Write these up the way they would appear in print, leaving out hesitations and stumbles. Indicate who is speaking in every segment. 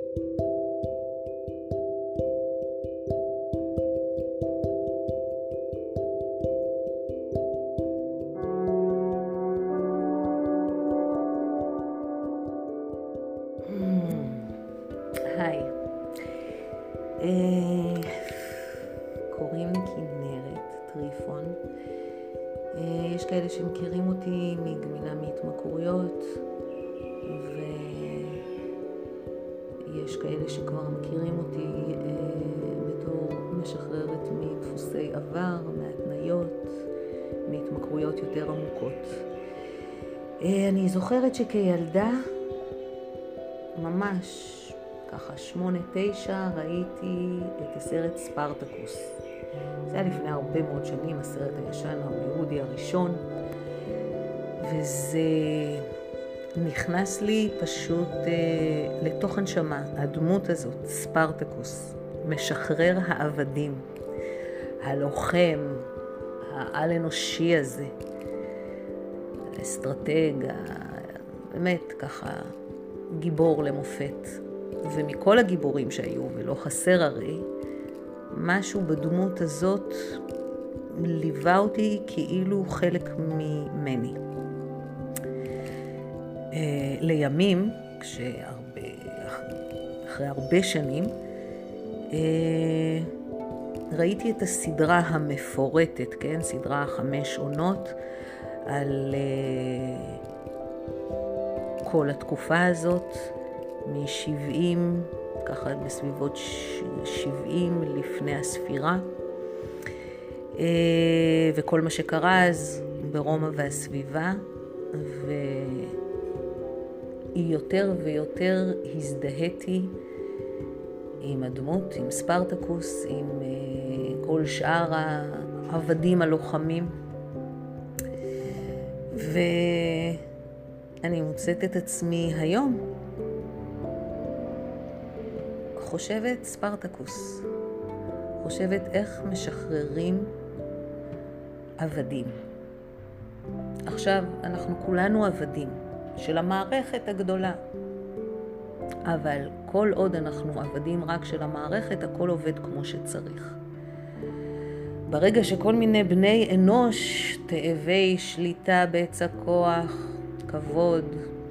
Speaker 1: היי, קוראים לי כנרת טריפון. יש כאלה שמכירים אותי מגמילה מהתמכרויות, ויש כאלה שכבר מכירים אותי בתור משחררת מדפוסי עבר, מהתניות, מהתמכרויות יותר עמוקות. אני זוכרת שכילדה, ממש ככה 8-9, ראיתי את הסרט ספרטקוס. זה היה לפני הרבה מאוד שנים, הסרט הישן ההוליוודי הראשון, וזה נכנס לי פשוט לתוך הנשמה. הדמות הזאת, ספרטקוס, משחרר העבדים, הלוחם, העל אנושי הזה, האסטרטג, באמת ככה גיבור למופת. ומכל הגיבורים שהיו, ולא חסר הרי, משהו בדמות הזאת ליווה אותי כאילו חלק ממני. לימים, אחרי הרבה שנים, ראיתי את הסדרה המפורטת, כן? סדרה 5 עונות, על כל התקופה הזאת, מ-70, ככה בסביבות 70 לפני הספירה, וכל מה שקרה אז ברומא והסביבה, ויותר ויותר הזדהיתי עם הדמות, עם ספרטקוס, עם כל שאר העבדים הלוחמים, ואני מוצאת את עצמי היום חושבת ספרטקוס, חושבת איך משחררים עבדים. עכשיו, אנחנו כולנו עבדים של המערכת הגדולה, אבל כל עוד אנחנו עבדים רק של המערכת, הכל עובד כמו שצריך. ברגע שכל מיני בני אנוש, תאבי שליטה בעץ הכוח, כבוד,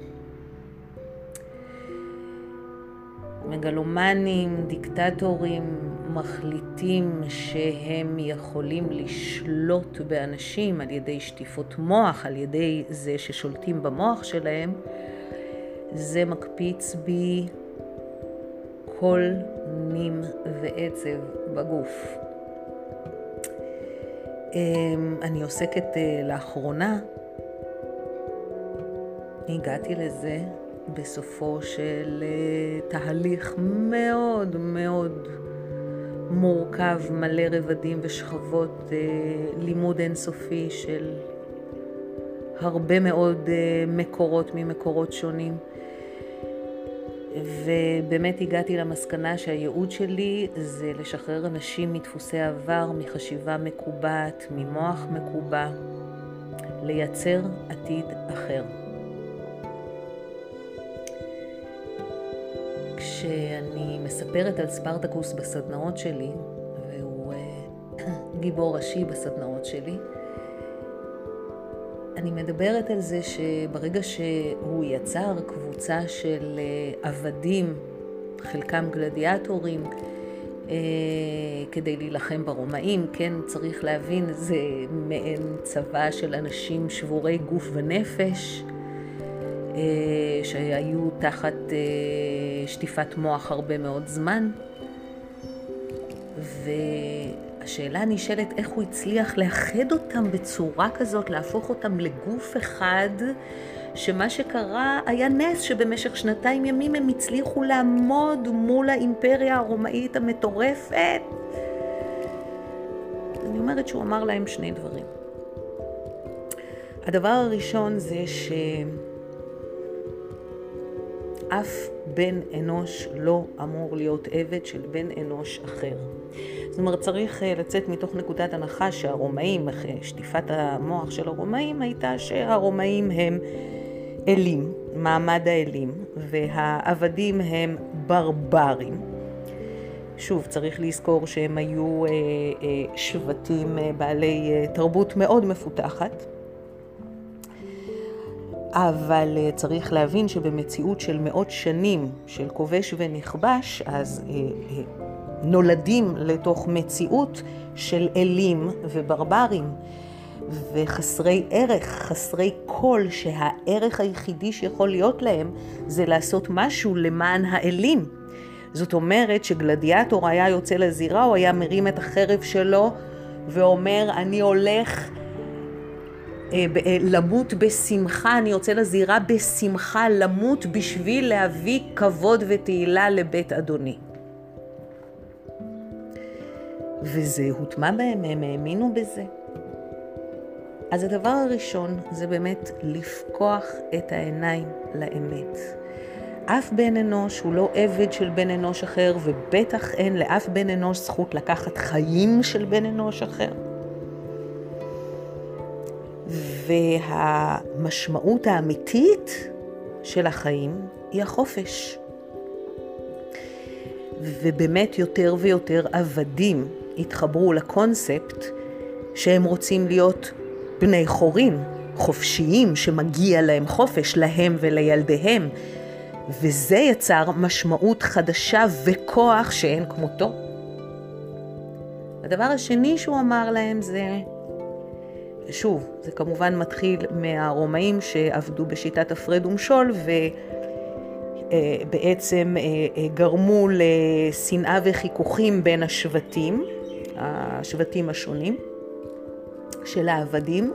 Speaker 1: מגלומנים, דיקטטורים, מחליטים שהם יכולים לשלוט באנשים על ידי שטיפות מוח, על ידי זה ששולטים במוח שלהם, זה מקפיץ בי כל נים ועצב בגוף. אני עוסקת לאחרונה, הגעתי לזה בסופו של תהליך מאוד מאוד מורכב, מלא רבדים ושכבות, לימוד אינסופי של הרבה מאוד מקורות ממקורות שונים, ובאמת הגעתי למסקנה שהייעוד שלי זה לשחרר אנשים מדפוסי עבר, מחשיבה מקובעת, ממוח מקובע, לייצר עתיד אחר. כשאני מספרת על ספרטקוס בסדנאות שלי, והוא גיבור ראשי בסדנאות שלי, אני מדברת על זה שברגע שהוא יצר קבוצה של עבדים, חלקם גלדיאטורים, כדי להילחם ברומאים, כן, צריך להבין, זה מעין צבא של אנשים שבורי גוף ונפש, שהיו תחת שטיפת מוח הרבה מאוד זמן, והשאלה נשאלת איך הוא הצליח לאחד אותם בצורה כזאת, להפוך אותם לגוף אחד, שמה שקרה היה נס שבמשך 2 ימים הם הצליחו לעמוד מול האימפריה הרומאית המטורפת. אני אומרת שהוא אמר להם 2 דברים. הדבר הראשון זה אף בן אנוש לא אמור להיות עבד של בן אנוש אחר. זאת אומרת, צריך לצאת מתוך נקודת הנחה שהרומאים, שטיפת המוח של הרומאים הייתה שהרומאים הם אלים, מעמד האלים, והעבדים הם ברברים. שוב, צריך לזכור שהם היו שבטים בעלי תרבות מאוד מפותחת, אבל צריך להבין שבמציאות של מאות שנים של כובש ונכבש, אז נולדים לתוך מציאות של אלים וברברים וחסרי ערך, חסרי קול, שהערך היחידי שיכול להיות להם זה לעשות משהו למען האלים. זאת אומרת שגלדיאטור היה יוצא לזירה, הוא היה מרים את החרב שלו ואומר, אני הולך למות בשמחה, אני יוצא לזירה בשמחה, למות בשביל להביא כבוד ותהילה לבית אדוני. וזה הוטמע בהם, הם האמינו בזה. אז הדבר הראשון זה באמת לפקוח את העיניים לאמת. אף בן אנוש הוא לא עבד של בן אנוש אחר, ובטח אין לאף בן אנוש זכות לקחת חיים של בן אנוש אחר. והמשמעות האמיתית של החיים היא החופש. ובאמת יותר ויותר עבדים התחברו לקונספט שהם רוצים להיות בני חורין, חופשיים, שמגיע להם חופש, להם ולילדיהם. וזה יצר משמעות חדשה וכוח שאין כמותו. הדבר השני שהוא אמר להם זה, שוב, זה כמובן מתחיל מהרומאים שעבדו בשיטת הפרד ומשול, ובעצם גרמו לשנאה וחיכוכים בין השבטים השונים של העבדים.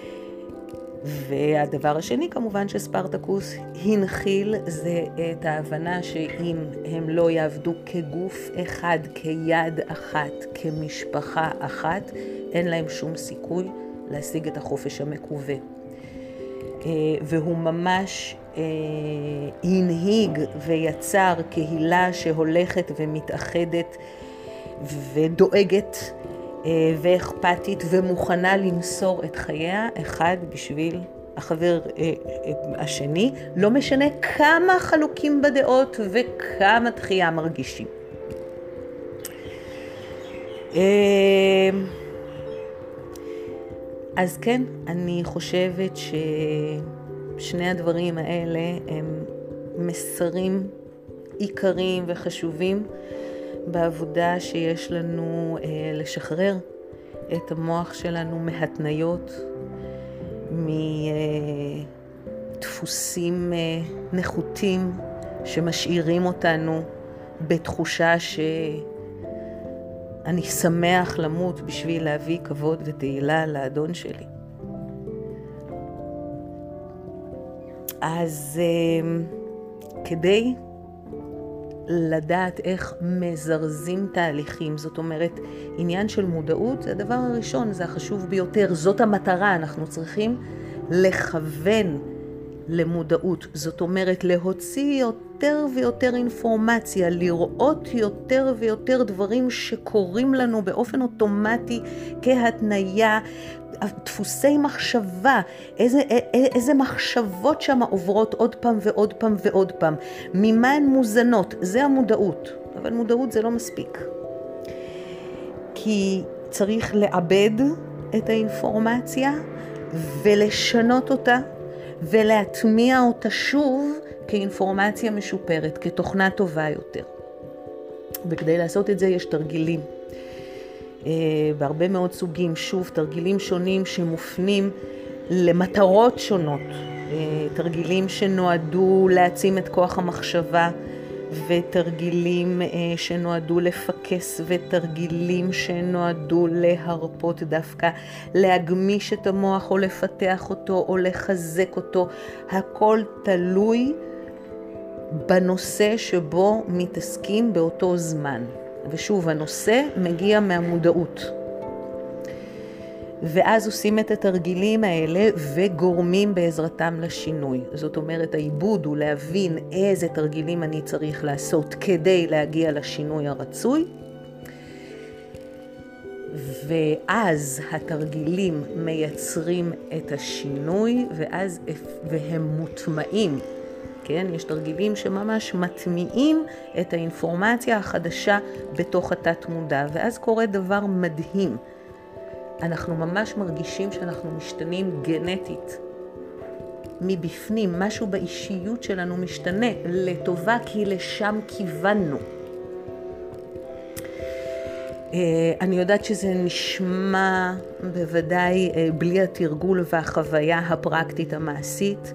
Speaker 1: והדבר השני כמובן שספרטקוס הנחיל זה את ההבנה שאם הם לא יעבדו כגוף אחד, כיד אחת, כמשפחה אחת, אין להם שום סיכוי להשיג את החופש המקווה. והוא ממש הנהיג ויצר קהילה שהולכת ומתאחדת ודואגת ואכפתית ומוכנה למסור את חייה אחד בשביל החבר השני, לא משנה כמה חלוקים בדעות וכמה דחייה מרגישים. אז כן, אני חושבת ששני הדברים האלה הם מסרים עיקריים וחשובים בעבודה שיש לנו לשחרר את המוח שלנו מהתניות, מדפוסים נחותים שמשאירים אותנו בתחושה שאני שמח למות בשביל להביא כבוד ותהילה לאדון שלי. אז כדי לדעת איך מזרזים תהליכים, זאת אומרת, עניין של מודעות, זה הדבר הראשון, זה החשוב ביותר, זאת המטרה, אנחנו צריכים לכוון למודעות, זאת אומרת, להוציא יותר ויותר אינפורמציה, לראות יותר ויותר דברים שקורים לנו באופן אוטומטי כהתניה, דפוסי מחשבה, איזה מחשבות שם עוברות עוד פעם ועוד פעם ועוד פעם, ממה הן מוזנות, זה המודעות, אבל מודעות זה לא מספיק. כי צריך לעבד את האינפורמציה ולשנות אותה ולהטמיע אותה שוב כאינפורמציה משופרת, כתוכנה טובה יותר. וכדי לעשות את זה יש תרגילים. בהרבה מאוד סוגים, שוב, תרגילים שונים שמופנים למטרות שונות. תרגילים שנועדו להעצים את כוח המחשבה, ותרגילים שנועדו לפקס, ותרגילים שנועדו להרפות דווקא, להגמיש את המוח או לפתח אותו או לחזק אותו. הכל תלוי בנושא שבו מתעסקים באותו זמן. ושוב, הנושא מגיע מהמודעות. ואז עושים את התרגילים האלה וגורמים בעזרתם לשינוי. זאת אומרת, העיבוד הוא להבין איזה תרגילים אני צריך לעשות כדי להגיע לשינוי הרצוי. ואז התרגילים מייצרים את השינוי, והם מוטמעים כן? יש תרגילים שממש מטמיעים את האינפורמציה החדשה בתוך התת מודע, ואז קורה דבר מדהים. אנחנו ממש מרגישים שאנחנו משתנים גנטית. מבפנים, משהו באישיות שלנו משתנה לטובה, כי לשם כיוונו. אני יודעת שזה נשמע בוודאי בלי התרגול והחוויה הפרקטית המעשית.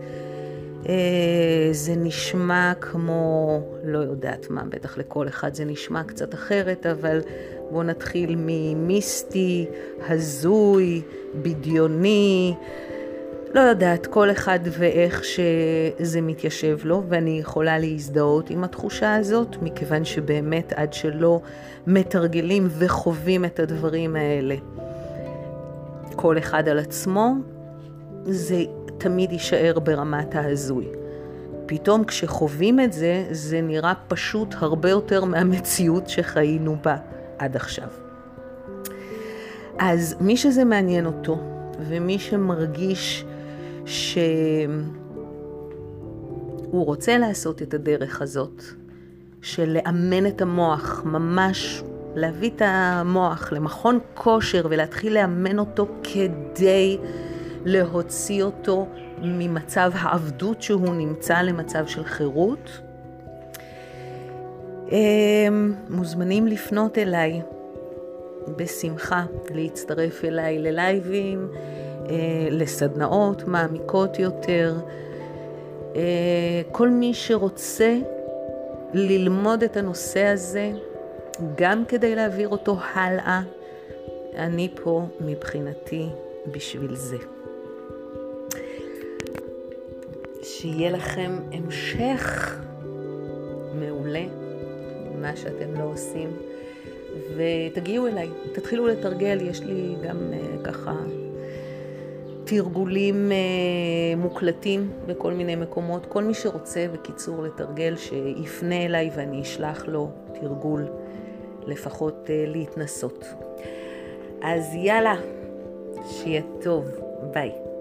Speaker 1: זה נשמע כמו, לא יודעת מה, בטח לכל אחד זה נשמע קצת אחרת, אבל בואו נתחיל ממיסטי, הזוי, בדיוני, לא יודעת, כל אחד ואיך שזה מתיישב לו, ואני יכולה להזדהות עם התחושה הזאת, מכיוון שבאמת עד שלא מתרגלים וחווים את הדברים האלה, כל אחד על עצמו, זה תמיד יישאר ברמת ההזוי. פתאום כשחווים את זה, זה נראה פשוט הרבה יותר מהמציאות שחיינו בה עד עכשיו. אז מי שזה מעניין אותו, ומי שמרגיש שהוא רוצה לעשות את הדרך הזאת, של לאמן את המוח, ממש להביא את המוח למכון כושר ולהתחיל לאמן אותו כדי להוציא אותו ממצב העבדות שהוא נמצא למצב של חירות, מוזמנים לפנות אליי בשמחה, להצטרף אליי ללייבים, לסדנאות מעמיקות יותר. כל מי שרוצה ללמוד את הנושא הזה, גם כדי להעביר אותו הלאה, אני פה מבחינתי בשביל זה. שיהיה לכם המשך מעולה, מה שאתם לא עושים, ותגיעו אליי, תתחילו לתרגל. יש לי גם ככה תרגולים מוקלטים בכל מיני מקומות. כל מי שרוצה בקיצור לתרגל, שיפנה אליי ואני אשלח לו תרגול, לפחות להתנסות. אז יאללה, שיהיה טוב, ביי.